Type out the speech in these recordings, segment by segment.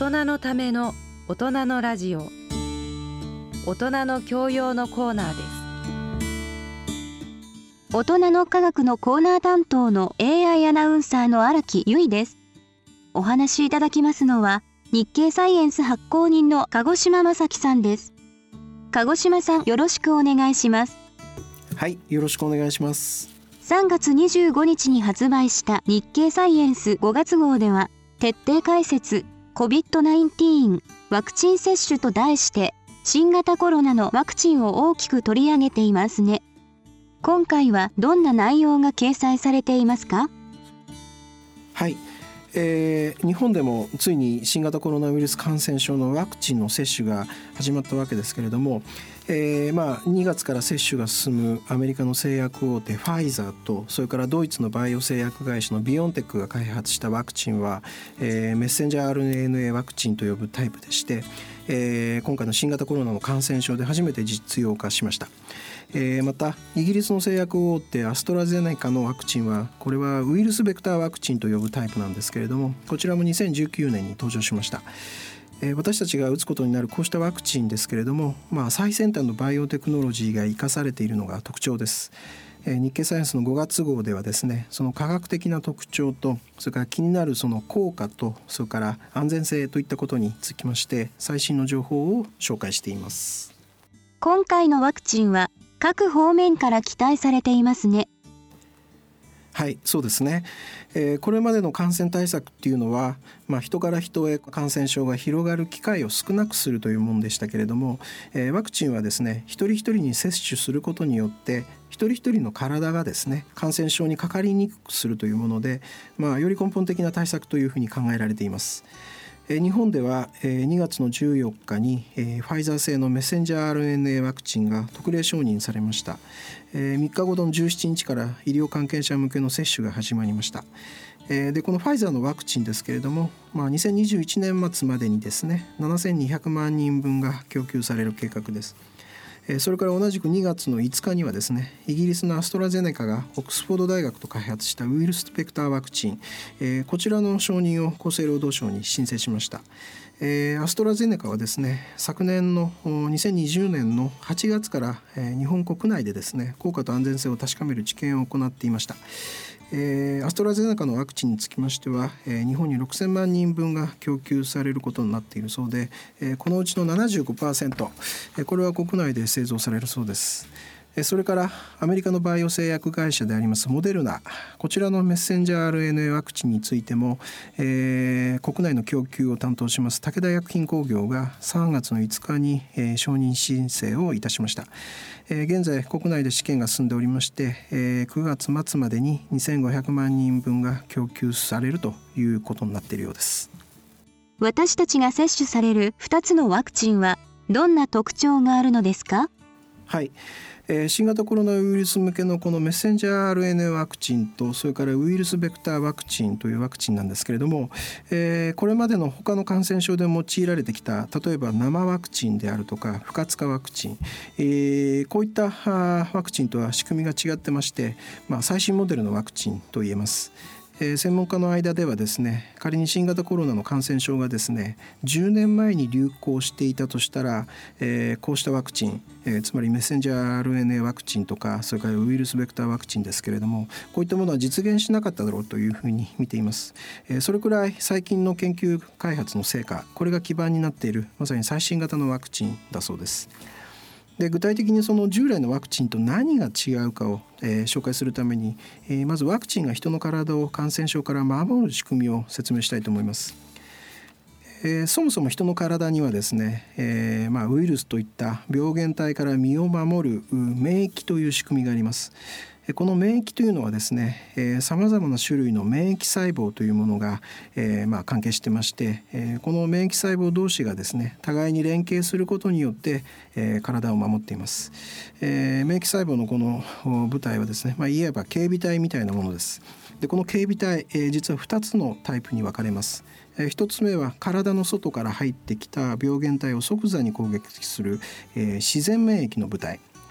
人のための大人のラジオ、大人の教養のコーナーです。 大人の科学のコーナー担当の AI アナウンサーの荒木由衣です。お話しいただきますのは日経サイエンス発行人の鹿児島正樹さんです。鹿児島さん、よろしくお願いします。 はい、よろしくお願いします。 3月25日に発売した日経サイエンス5月号では、徹底解説 COVID-19 ワクチン接種と題して新型コロナのワクチンを大きく取り上げていますね。今回はどんな内容が掲載されていますか？ はい、日本でもついに新型コロナウイルス感染症のワクチンの接種が始まったわけですけれども、2月から接種が進むアメリカの製薬大手ファイザーと、それからドイツのバイオ製薬会社のビオンテックが開発したワクチンは、メッセンジャー RNA ワクチンと呼ぶタイプでして、今回の新型コロナの感染症で初めて実用化しました。またイギリスの製薬大手アストラゼネカのワクチンは、これはウイルスベクターワクチンと呼ぶタイプなんですけれども、こちらも2019年に登場しました。私たちが打つことになるこうしたワクチンですけれども、最先端のバイオテクノロジーが生かされているのが特徴です。日経サイエンスの5月号ではですね、その科学的な特徴と、それから気になるその効果と、それから安全性といったことにつきまして最新の情報を紹介しています。 今回のワクチンは各方面から期待されていますね。 はい、そうですね。これまでの感染対策っていうのは、人から人へ感染症が広がる機会を少なくするというものでしたけれども、ワクチンはですね、一人一人に接種することによって一人一人の体がですね、感染症にかかりにくくするというもので、より根本的な対策というふうに考えられています。日本では2月の14日にファイザー製のメッセンジャー RNA ワクチンが特例承認されました。3日後の17日から医療関係者向けの接種が始まりました。でこのファイザーのワクチンですけれども、2021年末までにですね、7200万人分が供給される計画です。それから同じく2月の5日にはですね、イギリスのアストラゼネカがオックスフォード大学と開発したウイルスベクターワクチン、こちらの承認を厚生労働省に申請しました。アストラゼネカはですね、昨年の2020年の8月から日本国内でですね、効果と安全性を確かめる治験を行っていました。アストラゼネカのワクチンにつきましては、日本に6000万人分が供給されることになっているそうで、このうちの 75%、これは国内で製造されるそうです。それからアメリカのバイオ製薬会社でありますモデルナ、こちらのメッセンジャー RNA ワクチンについても、国内の供給を担当します武田薬品工業が3月の5日に、承認申請をいたしました。現在国内で試験が進んでおりまして、9月末までに2500万人分が供給されるということになっているようです。 私たちが接種される2つのワクチンはどんな特徴があるのですか？ はい、新型コロナウイルス向けのこのメッセンジャー RNA ワクチンと、それからウイルスベクターワクチンというワクチンなんですけれども、これまでの他の感染症で用いられてきた、例えば生ワクチンであるとか不活化ワクチン、こういったワクチンとは仕組みが違ってまして、最新モデルのワクチンと言えます。専門家の間ではですね、仮に新型コロナの感染症がですね10年前に流行していたとしたら、こうしたワクチン、つまりメッセンジャー RNA ワクチンとか、それからウイルスベクターワクチンですけれども、こういったものは実現しなかっただろうというふうに見ています。それくらい最近の研究開発の成果、これが基盤になっているまさに最新型のワクチンだそうです。で具体的にその従来のワクチンと何が違うかを、紹介するために、まずワクチンが人の体を感染症から守る仕組みを説明したいと思います。そもそも人の体にはですね、ウイルスといった病原体から身を守る免疫という仕組みがあります。この免疫というのはですね、さまざまな種類の免疫細胞というものが、関係してまして、この免疫細胞同士がですね互いに連携することによって、体を守っています。免疫細胞のこの部隊はですね、いわば警備隊みたいなものです。でこの警備隊、実は2つのタイプに分かれます。1つ目は体の外から入ってきた病原体を即座に攻撃する、自然免疫の部隊。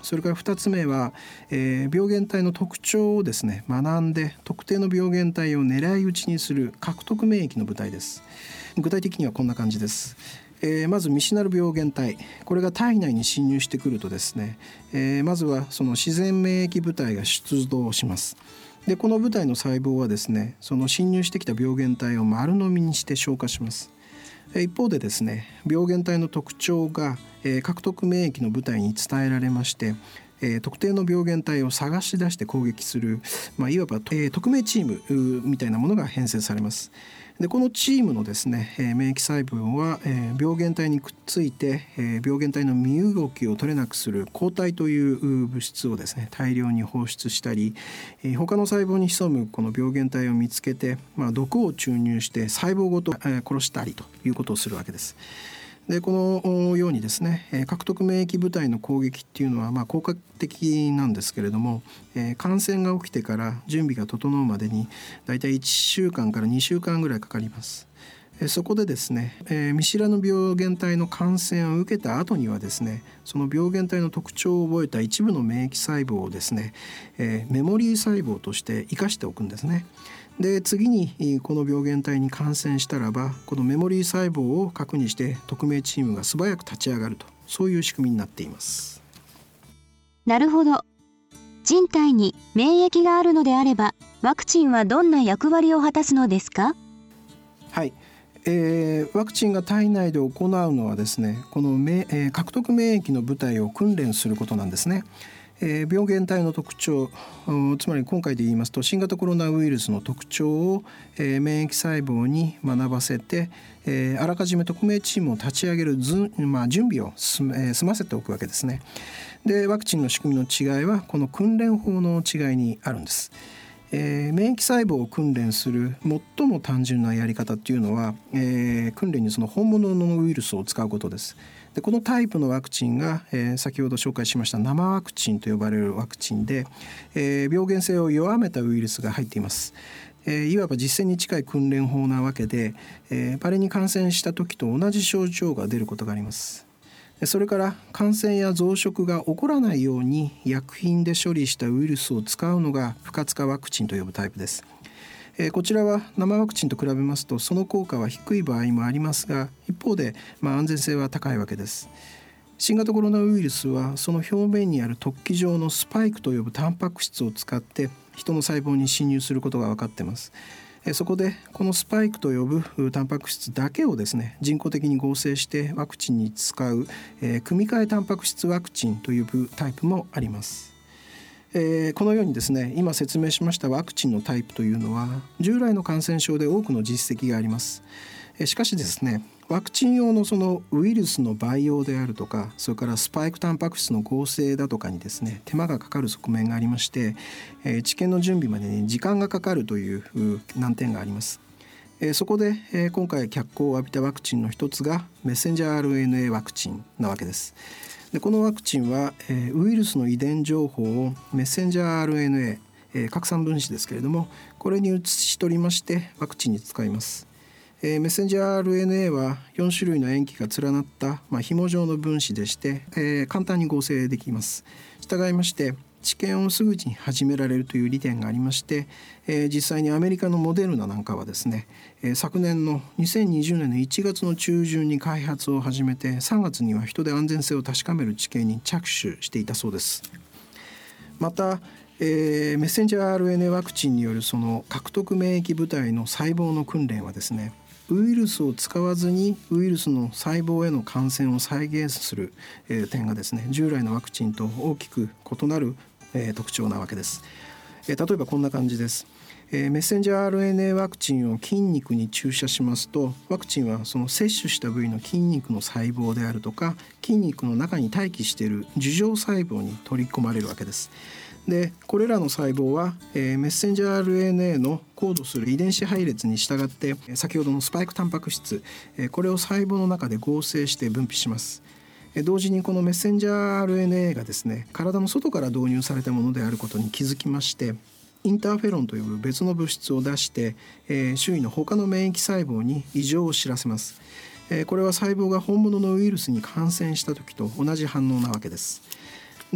それから2つ目は、病原体の特徴をですね学んで特定の病原体を狙い撃ちにする獲得免疫の部隊です。具体的にはこんな感じです。まず見知らぬ病原体、これが体内に侵入してくるとですね、まずはその自然免疫部隊が出動します。でこの部隊の細胞はですねその侵入してきた病原体を丸飲みにして消化します。一方でですね病原体の特徴が、獲得免疫の部隊に伝えられまして、特定の病原体を探し出して攻撃する、いわば、特命チームみたいなものが編成されます。でこのチームのですね、免疫細胞は、病原体にくっついて、病原体の身動きを取れなくする抗体という物質をですね大量に放出したり、他の細胞に潜むこの病原体を見つけて、毒を注入して細胞ごと、殺したりということをするわけです。でこのようにですね獲得免疫部隊の攻撃っていうのは効果的なんですけれども、感染が起きてから準備が整うまでにだいたい1週間から2週間ぐらいかかります。そこでですね、見知らぬ病原体の感染を受けた後にはですねその病原体の特徴を覚えた一部の免疫細胞をですね、メモリー細胞として生かしておくんですね。で次にこの病原体に感染したらばこのメモリー細胞を核にして特命チームが素早く立ち上がると、そういう仕組みになっています。 なるほど。人体に免疫があるのであればワクチンはどんな役割を果たすのですか？ はい、ワクチンが体内で行うのはですねこの獲得免疫の部隊を訓練することなんですね。病原体の特徴、つまり今回で言いますと新型コロナウイルスの特徴を、免疫細胞に学ばせて、あらかじめ特命チームを立ち上げる準備を済ませておくわけですね。でワクチンの仕組みの違いはこの訓練法の違いにあるんです。免疫細胞を訓練する最も単純なやり方っていうのは、訓練にその本物のウイルスを使うことです。でこのタイプのワクチンが、先ほど紹介しました生ワクチンと呼ばれるワクチンで、病原性を弱めたウイルスが入っています。いわば実践に近い訓練法なわけで、稀に感染した時と同じ症状が出ることがあります。それから感染や増殖が起こらないように薬品で処理したウイルスを使うのが不活化ワクチンと呼ぶタイプです。こちらは生ワクチンと比べますとその効果は低い場合もありますが一方で、安全性は高いわけです。新型コロナウイルスはその表面にある突起状のスパイクと呼ぶタンパク質を使って人の細胞に侵入することが分かっています。そこでこのスパイクと呼ぶタンパク質だけをですね人工的に合成してワクチンに使う、組み換えタンパク質ワクチンというタイプもあります。このようにですね今説明しましたワクチンのタイプというのは従来の感染症で多くの実績があります。しかしですねワクチン用のそのウイルスの培養であるとかそれからスパイクタンパク質の合成だとかにですね手間がかかる側面がありまして、治験の準備までに時間がかかるという難点があります。そこで、今回脚光を浴びたワクチンの一つがメッセンジャー RNA ワクチンなわけです。でこのワクチンは、ウイルスの遺伝情報をメッセンジャー RNA、拡散分子ですけれどもこれに写し取りましてワクチンに使います。メッセンジャー RNA は4種類の塩基が連なった、紐状の分子でして、簡単に合成できます。従いまして治験をすぐに始められるという利点がありまして、実際にアメリカのモデルナなんかはですね、昨年の2020年の1月の中旬に開発を始めて3月には人で安全性を確かめる治験に着手していたそうです。またメッセンジャー RNA ワクチンによるその獲得免疫部隊の細胞の訓練はですねウイルスを使わずにウイルスの細胞への感染を再現する、点がですね従来のワクチンと大きく異なる、特徴なわけです。例えばこんな感じです。メッセンジャー RNA ワクチンを筋肉に注射しますとワクチンはその接種した部位の筋肉の細胞であるとか筋肉の中に待機している樹状細胞に取り込まれるわけです。でこれらの細胞は、メッセンジャー RNA のコードする遺伝子配列に従って先ほどのスパイクタンパク質、これを細胞の中で合成して分泌します。同時にこのメッセンジャー RNA がですね体の外から導入されたものであることに気づきましてインターフェロンという別の物質を出して、周囲の他の免疫細胞に異常を知らせます。これは細胞が本物のウイルスに感染した時と同じ反応なわけです。で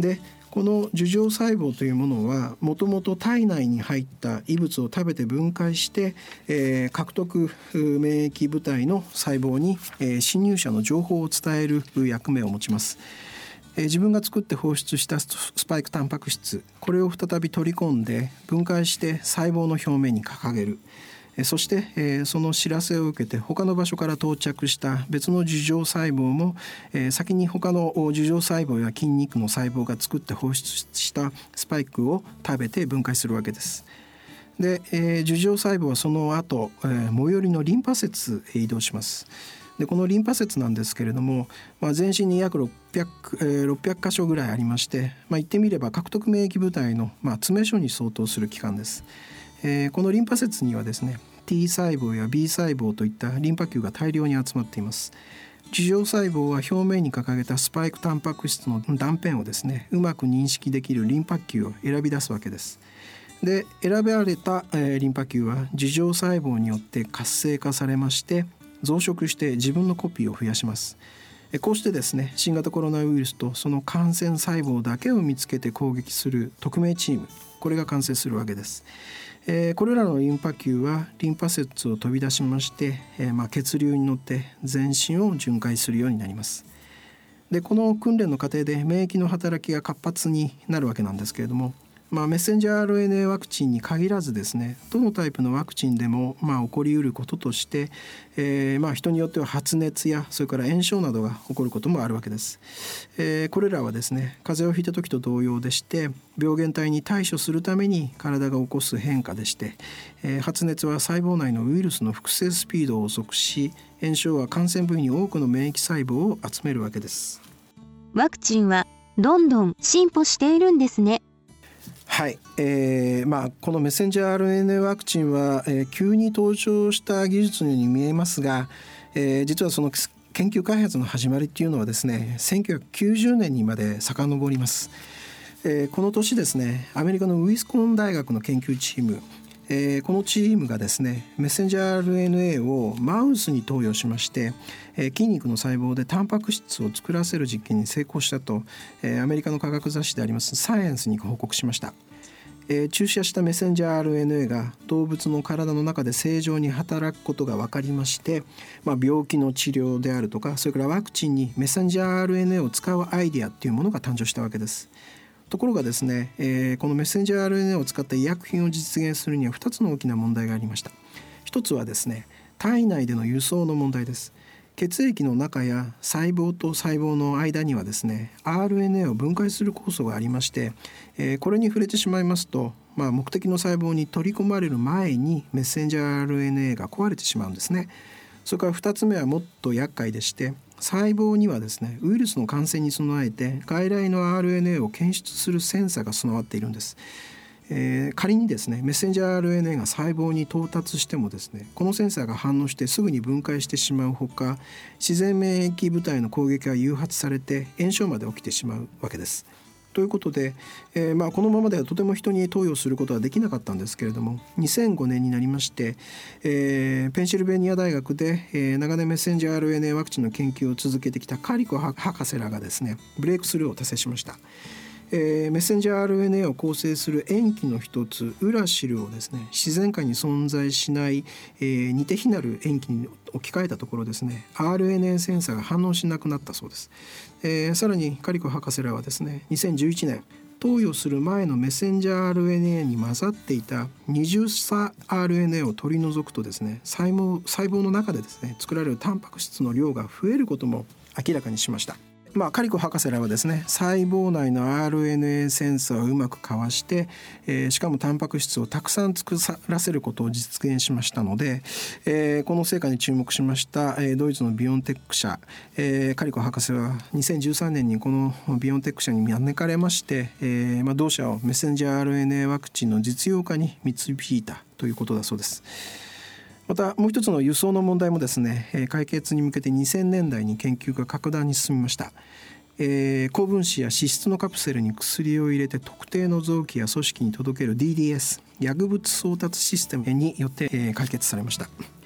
この樹状細胞というものはもともと体内に入った異物を食べて分解して、獲得免疫部隊の細胞に、侵入者の情報を伝える役目を持ちます。自分が作って放出したスパイクタンパク質、これを再び取り込んで分解して細胞の表面に掲げる。そして、その知らせを受けて他の場所から到着した別の樹状細胞も、先に他の樹状細胞や筋肉の細胞が作って放出したスパイクを食べて分解するわけです。で、樹状細胞はその後、最寄りのリンパ節へ移動します。でこのリンパ節なんですけれども、全身に約600箇所ぐらいありまして、言ってみれば獲得免疫部隊の、詰め所に相当する器官です。このリンパ節にはですね T 細胞や B 細胞といったリンパ球が大量に集まっています。樹状細胞は表面に掲げたスパイクタンパク質の断片をですねうまく認識できるリンパ球を選び出すわけです。で選ばれた、リンパ球は樹状細胞によって活性化されまして増殖して自分のコピーを増やします。こうしてですね新型コロナウイルスとその感染細胞だけを見つけて攻撃する特命チーム、これが完成するわけです。これらのリンパ球はリンパ節を飛び出しまして、血流に乗って全身を巡回するようになります。でこの訓練の過程で免疫の働きが活発になるわけなんですけれども、メッセンジャー RNA ワクチンに限らずですねどのタイプのワクチンでも、起こりうることとして、人によっては発熱やそれから炎症などが起こることもあるわけです。これらはですね風邪をひいた時と同様でして病原体に対処するために体が起こす変化でして、発熱は細胞内のウイルスの複製スピードを遅くし、炎症は感染部位に多くの免疫細胞を集めるわけです。 ワクチンはどんどん進歩しているんですね。 はい、このメッセンジャー RNA ワクチンは、急に登場した技術のように見えますが、実はその研究開発の始まりっていうのはですね1990年にまで遡ります。この年ですねアメリカのウィスコン大学の研究チーム、このチームがですねメッセンジャー RNA をマウスに投与しまして、筋肉の細胞でタンパク質を作らせる実験に成功したと、アメリカの科学雑誌でありますサイエンスに報告しました。注射したメッセンジャー RNA が動物の体の中で正常に働くことが分かりまして、病気の治療であるとかそれからワクチンにメッセンジャー RNA を使うアイデアっていうものが誕生したわけです。ところがですね、このメッセンジャー RNA を使った医薬品を実現するには2つの大きな問題がありました。一つはですね体内での輸送の問題です。血液の中や細胞と細胞の間にはですね RNA を分解する酵素がありまして、これに触れてしまいますと、目的の細胞に取り込まれる前にメッセンジャー RNA が壊れてしまうんですね。それから2つ目はもっと厄介でして細胞にはですねウイルスの感染に備えて外来の RNA を検出するセンサーが備わっているんです。仮にですねメッセンジャー RNA が細胞に到達してもですねこのセンサーが反応してすぐに分解してしまうほか自然免疫部隊の攻撃が誘発されて炎症まで起きてしまうわけです。ということで、このままではとても人に投与することはできなかったんですけれども2005年になりまして、ペンシルベニア大学で、長年メッセンジャー RNA ワクチンの研究を続けてきたカリコ博士らがですねブレイクスルーを達成しました。メッセンジャー RNA を構成する塩基の一つウラシルをですね自然界に存在しない、似て非なる塩基に置き換えたところですね RNA センサーが反応しなくなったそうです。さらにカリコ博士らはですね2011年投与する前のメッセンジャー RNA に混ざっていた二重差 RNA を取り除くとですね細胞の中でですね作られるタンパク質の量が増えることも明らかにしました。カリコ博士らはですね細胞内の RNA センサーをうまくかわして、しかもタンパク質をたくさん作らせることを実現しましたので、この成果に注目しました、ドイツのビオンテック社、カリコ博士は2013年にこのビオンテック社に招かれまして、同社をメッセンジャー RNA ワクチンの実用化に導いたということだそうです。またもう一つの輸送の問題もですね解決に向けて2000年代に研究が格段に進みました。高分子や脂質のカプセルに薬を入れて特定の臓器や組織に届ける DDS 薬物送達システムによって、解決されました。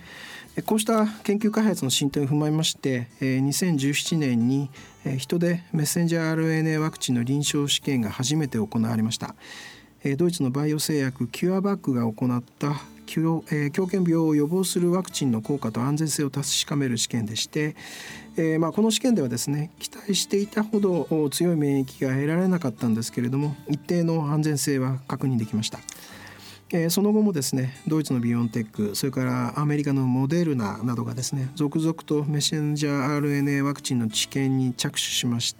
こうした研究開発の進展を踏まえまして、2017年に人でメッセンジャー RNA ワクチンの臨床試験が初めて行われました。ドイツのバイオ製薬キュアバックが行った狂犬病を予防するワクチンの効果と安全性を確かめる試験でして、この試験ではですね、期待していたほど強い免疫が得られなかったんですけれども、一定の安全性は確認できました。その後もですね、ドイツのビオンテック、それからアメリカのモデルナなどがですね、続々とメッセンジャー RNA ワクチンの治験に着手しまして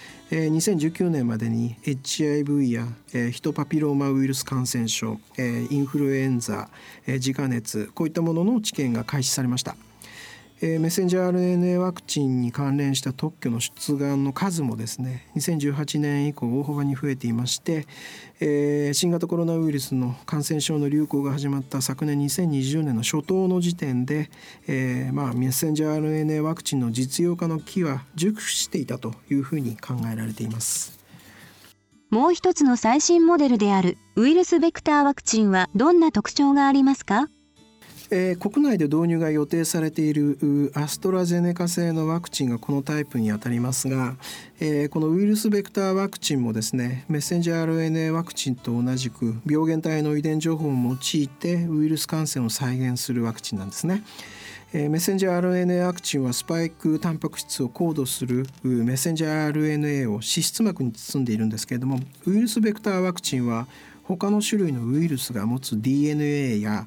、2019年までに HIV やヒトパピローマウイルス感染症、インフルエンザ、自家熱、こういったものの治験が開始されました。メッセンジャー RNA ワクチンに関連した特許の出願の数もですね、2018年以降大幅に増えていまして、新型コロナウイルスの感染症の流行が始まった昨年2020年の初頭の時点で、メッセンジャー RNA ワクチンの実用化の機は熟していたというふうに考えられています。 もう一つの最新モデルであるウイルスベクターワクチンはどんな特徴がありますか？ 国内で導入が予定されているアストラゼネカ製のワクチンがこのタイプにあたりますが、このウイルスベクターワクチンもですね、メッセンジャー RNA ワクチンと同じく病原体の遺伝情報を用いてウイルス感染を再現するワクチンなんですね。メッセンジャー RNA ワクチンはスパイクタンパク質をコードするメッセンジャー RNA を脂質膜に包んでいるんですけれども、ウイルスベクターワクチンは他の種類のウイルスが持つ DNA や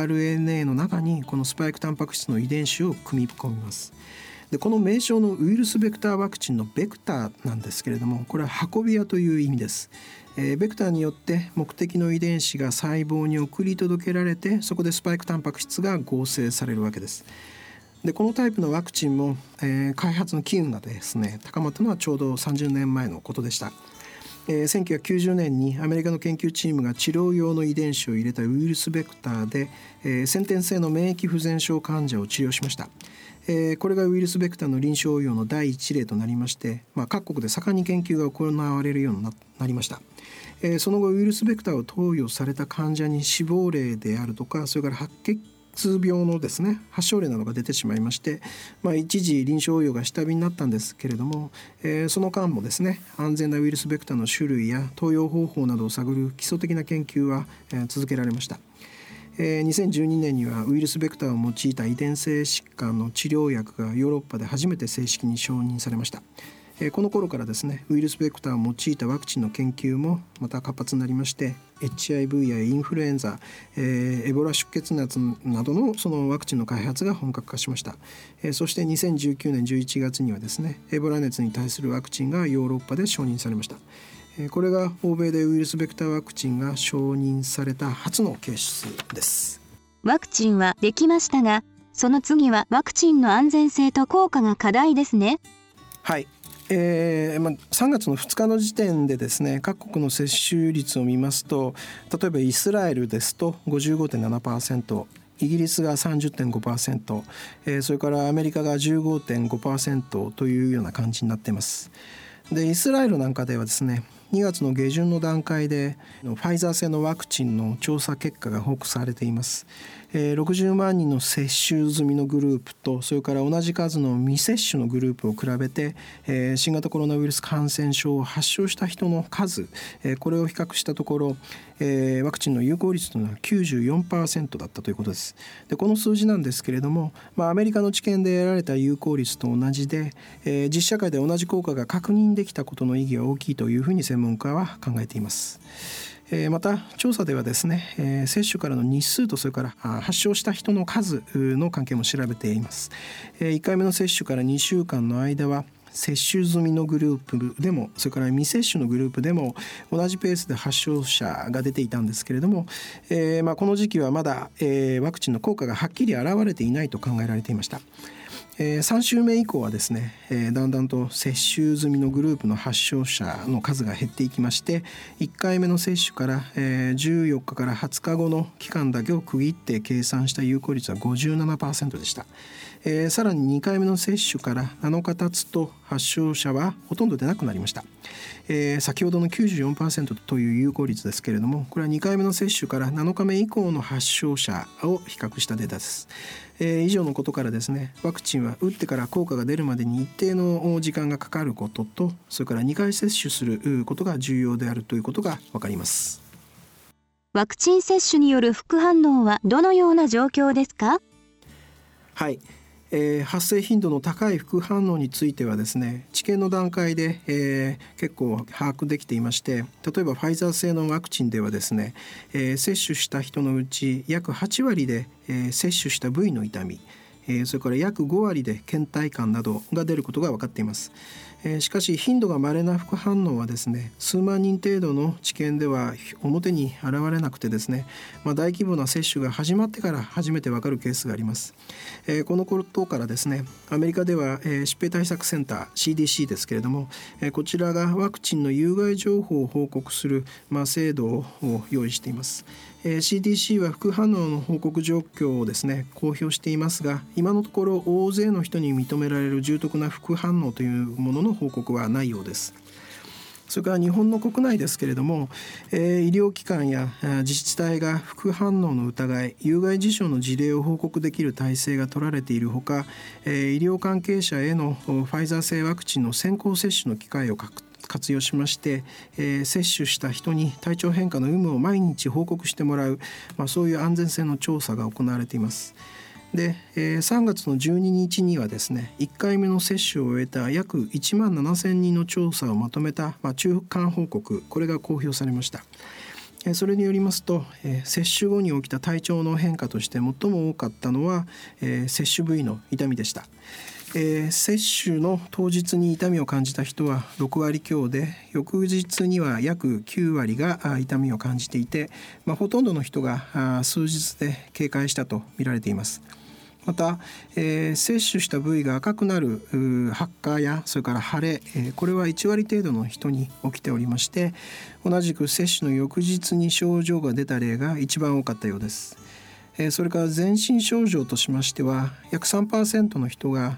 RNA の中にこのスパイクタンパク質の遺伝子を組み込みます。でこの名称のウイルスベクターワクチンのベクターなんですけれども、これは運び屋という意味です。ベクターによって目的の遺伝子が細胞に送り届けられて、そこでスパイクタンパク質が合成されるわけです。でこのタイプのワクチンも、開発の機運がですね高まったのはちょうど30年前のことでした。1990年にアメリカの研究チームが治療用の遺伝子を入れたウイルスベクターで、先天性の免疫不全症患者を治療しました。これがウイルスベクターの臨床応用の第一例となりまして、各国で盛んに研究が行われるようになりました。その後ウイルスベクターを投与された患者に死亡例であるとか、それから白血病のですね発症例などが出てしまいまして、一時臨床応用が下火になったんですけれども、その間もですね安全なウイルスベクターの種類や投与方法などを探る基礎的な研究は、続けられました。2012年にはウイルスベクターを用いた遺伝性疾患の治療薬がヨーロッパで初めて正式に承認されました。この頃からですねウイルスベクターを用いたワクチンの研究もまた活発になりまして、 HIV やインフルエンザ、エボラ出血熱などのそのワクチンの開発が本格化しました。そして2019年11月にはですねエボラ熱に対するワクチンがヨーロッパで承認されました。これが欧米でウイルスベクターワクチンが承認された初のケースです。 ワクチンはできましたが、その次はワクチンの安全性と効果が課題ですね。 はい、3月の2日の時点でですね各国の接種率を見ますと、例えばイスラエルですと 55.7%、 イギリスが 30.5%、それからアメリカが 15.5% というような感じになっています。でイスラエルなんかではですね2月の下旬の段階でファイザー製のワクチンの調査結果が報告されています。60万人の接種済みのグループと、それから同じ数の未接種のグループを比べて、新型コロナウイルス感染症を発症した人の数、これを比較したところ、ワクチンの有効率というのは 94% だったということです。でこの数字なんですけれども、アメリカの治験で得られた有効率と同じで、実社会で同じ効果が確認できたことの意義は大きいというふうに専門家は考えています。また調査ではですね、接種からの日数とそれから発症した人の数の関係も調べています。1回目の接種から2週間の間は接種済みのグループでも、それから未接種のグループでも同じペースで発症者が出ていたんですけれども、この時期はまだ、ワクチンの効果がはっきり現れていないと考えられていました。3週目以降はですね、だんだんと接種済みのグループの発症者の数が減っていきまして、1回目の接種から、14日から20日後の期間だけを区切って計算した有効率は 57% でした。さらに2回目の接種から7日経つと発症者はほとんど出なくなりました。先ほどの 94% という有効率ですけれども、これは2回目の接種から7日目以降の発症者を比較したデータです。 以上のことからですね、ワクチンは打ってから効果が出るまでに一定の時間がかかることと、それから2回接種することが重要であるということが分かります。 ワクチン接種による副反応はどのような状況ですか？ はい、発生頻度の高い副反応についてはですね、治験の段階で、結構把握できていまして、例えばファイザー製のワクチンではですね、接種した人のうち約8割で、接種した部位の痛み、それから約5割で倦怠感などが出ることが分かっています。しかし頻度が稀な副反応はですね、数万人程度の治験では表に現れなくてですね、大規模な接種が始まってから初めて分かるケースがあります。このことからですね、アメリカでは、疾病対策センター CDC ですけれども、こちらがワクチンの有害情報を報告する、制度を用意しています。CDC は副反応の報告状況をですね公表していますが、今のところ大勢の人に認められる重篤な副反応というものの報告はないようです。それから日本の国内ですけれども、医療機関や自治体が副反応の疑い、有害事象の事例を報告できる体制が取られているほか、医療関係者へのファイザー製ワクチンの先行接種の機会を活用しまして、接種した人に体調変化の有無を毎日報告してもらう、そういう安全性の調査が行われています。で、3月の12日にはですね、1回目の接種を終えた約1万7000人の調査をまとめた、中間報告、これが公表されました。それによりますと、接種後に起きた体調の変化として最も多かったのは、接種部位の痛みでした。接種の当日に痛みを感じた人は6割強で、翌日には約9割が痛みを感じていて、ほとんどの人が数日で軽快したと見られています。また、接種した部位が赤くなる発火やそれから腫れ、これは1割程度の人に起きておりまして、同じく接種の翌日に症状が出た例が一番多かったようです。それから全身症状としましては、約 3% の人が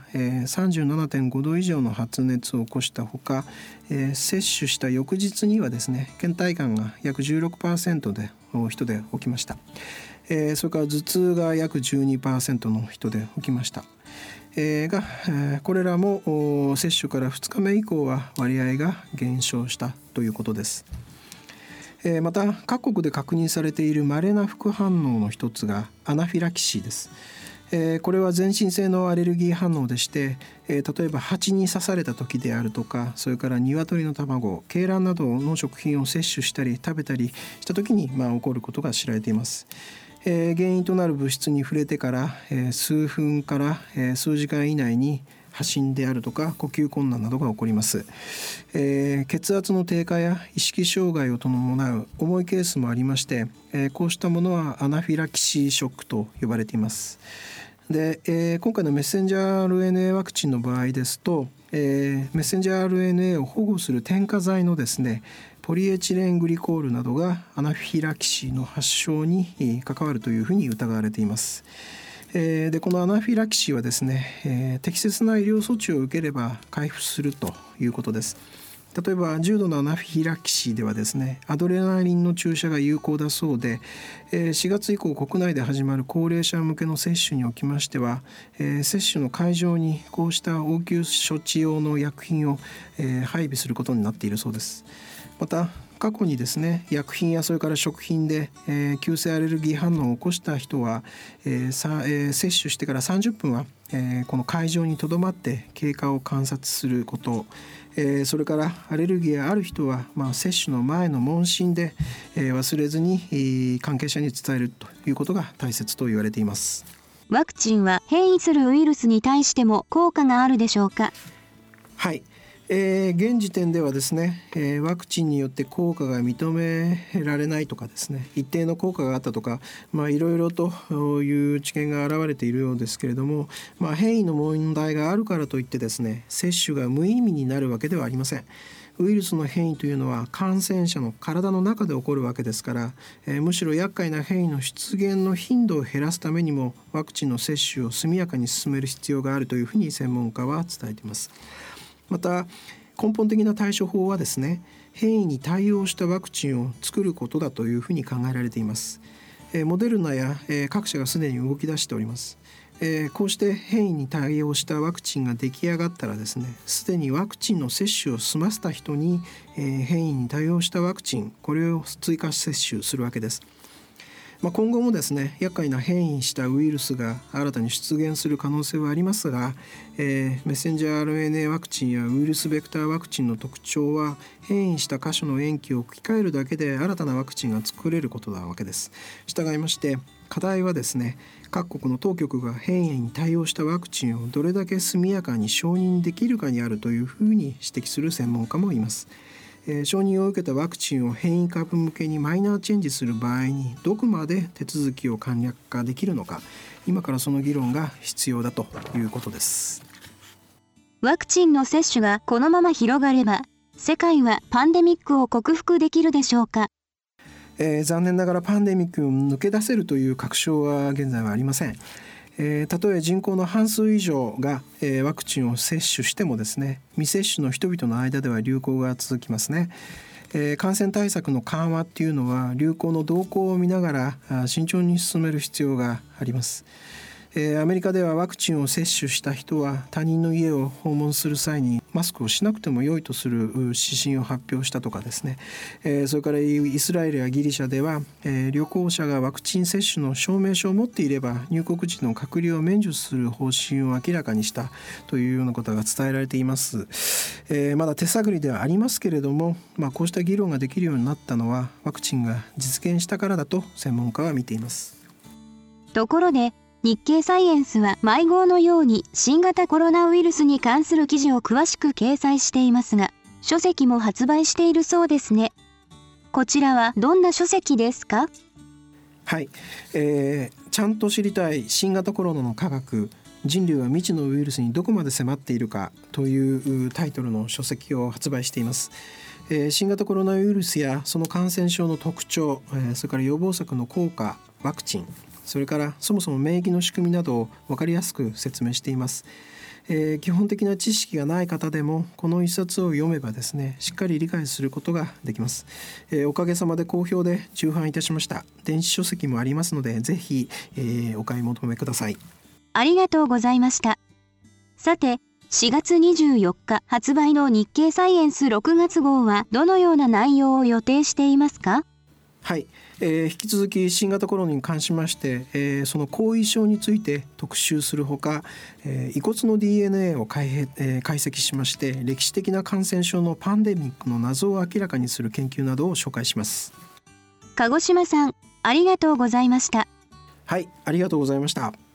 37.5 度以上の発熱を起こしたほか、接種した翌日にはですね、倦怠感が約 16% の人で起きました。それから頭痛が約 12% の人で起きました。これらも接種から2日目以降は割合が減少したということです。また各国で確認されている稀な副反応の一つがアナフィラキシーです。これは全身性のアレルギー反応でして、例えば蜂に刺された時であるとか、それから鶏の卵、鶏卵などの食品を摂取したり食べたりした時に起こることが知られています。原因となる物質に触れてから、数分から、数時間以内に発疹であるとか呼吸困難などが起こります。血圧の低下や意識障害を伴う重いケースもありまして、こうしたものはアナフィラキシーショックと呼ばれています。で、今回のメッセンジャー RNA ワクチンの場合ですと、メッセンジャー RNA を保護する添加剤のですね、ポリエチレングリコールなどがアナフィラキシーの発症に関わるというふうに疑われています。でこのアナフィラキシーはですね、適切な医療措置を受ければ回復するということです。例えば重度のアナフィラキシーではですね、アドレナリンの注射が有効だそうで、4月以降国内で始まる高齢者向けの接種におきましては、接種の会場にこうした応急処置用の薬品を、配備することになっているそうです。また過去にですね、薬品やそれから食品で、急性アレルギー反応を起こした人は、接種してから30分は、この会場にとどまって経過を観察すること、それからアレルギーがある人は、接種の前の問診で、忘れずに、関係者に伝えるということが大切と言われています。 ワクチンは変異するウイルスに対しても効果があるでしょうか？ はい、現時点ではですね、ワクチンによって効果が認められないとかですね、一定の効果があったとか、いろいろという知見が現れているようですけれども、変異の問題があるからといってですね、接種が無意味になるわけではありません。ウイルスの変異というのは感染者の体の中で起こるわけですから、むしろ厄介な変異の出現の頻度を減らすためにもワクチンの接種を速やかに進める必要があるというふうに専門家は伝えています。また根本的な対処法はですね、変異に対応したワクチンを作ることだというふうに考えられています。モデルナや各社がすでに動き出しております。 こうして変異に対応したワクチンが出来上がったらですね、すでにワクチンの接種を済ませた人に、変異に対応したワクチン、これを追加接種するわけです。今後もですね、厄介な変異したウイルスが新たに出現する可能性はありますが、メッセンジャー RNA ワクチンやウイルスベクターワクチンの特徴は、変異した箇所の塩基を置き換えるだけで新たなワクチンが作れることなわけです。したがいまして課題はですね、各国の当局が変異に対応したワクチンをどれだけ速やかに承認できるかにあるというふうに指摘する専門家もいます。承認を受けたワクチンを変異株向けにマイナーチェンジする場合にどこまで手続きを簡略化できるのか、今からその議論が必要だということです。 ワクチンの接種がこのまま広がれば、世界はパンデミックを克服できるでしょうか。 残念ながらパンデミックを抜け出せるという確証は現在はありません。たとえ人口の半数以上が、ワクチンを接種してもですね、未接種の人々の間では流行が続きますね。感染対策の緩和っていうのは流行の動向を見ながら慎重に進める必要があります。アメリカではワクチンを接種した人は他人の家を訪問する際にマスクをしなくても良いとする指針を発表したとかですね、それからイスラエルやギリシャでは、旅行者がワクチン接種の証明書を持っていれば入国時の隔離を免除する方針を明らかにしたというようなことが伝えられています。まだ手探りではありますけれども、こうした議論ができるようになったのはワクチンが実現したからだと専門家は見ています。 ところで日経サイエンスは毎号のように新型コロナウイルスに関する記事を詳しく掲載していますが、書籍も発売しているそうですね。こちらはどんな書籍ですか？ はい、ちゃんと知りたい新型コロナの科学、人類は未知のウイルスにどこまで迫っているかというタイトルの書籍を発売しています。新型コロナウイルスやその感染症の特徴、それから予防策の効果、ワクチン、それからそもそも免疫の仕組みなどを分かりやすく説明しています。基本的な知識がない方でもこの一冊を読めばですね、しっかり理解することができます。おかげさまで好評で重版いたしました。電子書籍もありますのでぜひ、お買い求めください。 ありがとうございました。さて、4月24日発売の日経サイエンス6月号はどのような内容を予定していますか？ はい、引き続き新型コロナに関しまして、その後遺症について特集するほか、遺骨の DNA を解析しまして歴史的な感染症のパンデミックの謎を明らかにする研究などを紹介します。 鹿児島さん、ありがとうございました。 はい、ありがとうございました。